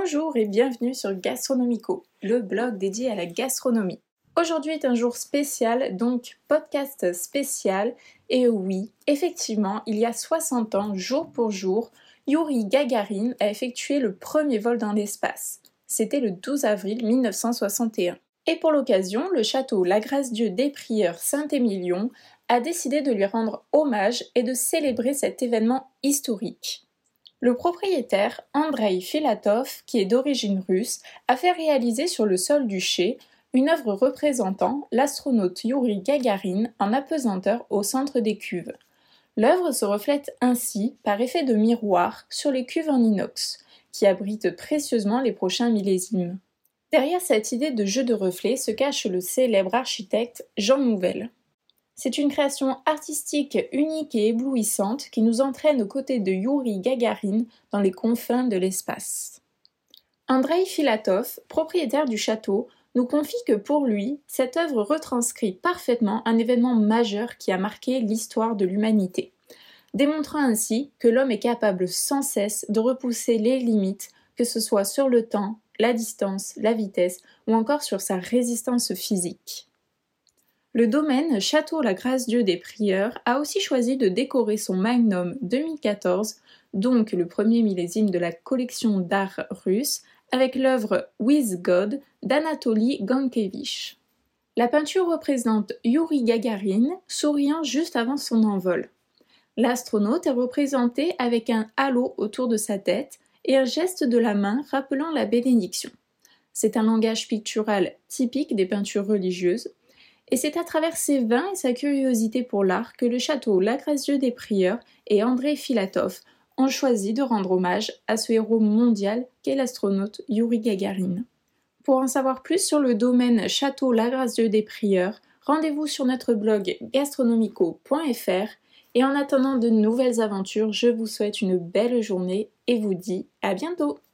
Bonjour et bienvenue sur Gastronomico, le blog dédié à la gastronomie. Aujourd'hui est un jour spécial, donc podcast spécial. Et oui, effectivement, il y a 60 ans, jour pour jour, Youri Gagarin a effectué le premier vol dans l'espace. C'était le 12 avril 1961. Et pour l'occasion, le château La Grâce-Dieu des Prieurs Saint-Émilion a décidé de lui rendre hommage et de célébrer cet événement historique. Le propriétaire, Andreï Filatov, qui est d'origine russe, a fait réaliser sur le sol du chai une œuvre représentant l'astronaute Youri Gagarin en apesanteur au centre des cuves. L'œuvre se reflète ainsi, par effet de miroir, sur les cuves en inox, qui abritent précieusement les prochains millésimes. Derrière cette idée de jeu de reflets se cache le célèbre architecte Jean Nouvel. C'est une création artistique unique et éblouissante qui nous entraîne aux côtés de Youri Gagarin dans les confins de l'espace. Andreï Filatov, propriétaire du château, nous confie que pour lui, cette œuvre retranscrit parfaitement un événement majeur qui a marqué l'histoire de l'humanité, démontrant ainsi que l'homme est capable sans cesse de repousser les limites, que ce soit sur le temps, la distance, la vitesse ou encore sur sa résistance physique. Le domaine Château La Grâce-Dieu des Prieurs a aussi choisi de décorer son Magnum 2014, donc le premier millésime de la collection d'art russe, avec l'œuvre With God d'Anatoly Gankevich. La peinture représente Youri Gagarin souriant juste avant son envol. L'astronaute est représenté avec un halo autour de sa tête et un geste de la main rappelant la bénédiction. C'est un langage pictural typique des peintures religieuses, et c'est à travers ses vins et sa curiosité pour l'art que le château La Grâce-Dieu des Prieurs et Andreï Filatov ont choisi de rendre hommage à ce héros mondial qu'est l'astronaute Youri Gagarin. Pour en savoir plus sur le domaine Château La Grâce-Dieu des Prieurs, rendez-vous sur notre blog gastronomico.fr et en attendant de nouvelles aventures, je vous souhaite une belle journée et vous dis à bientôt.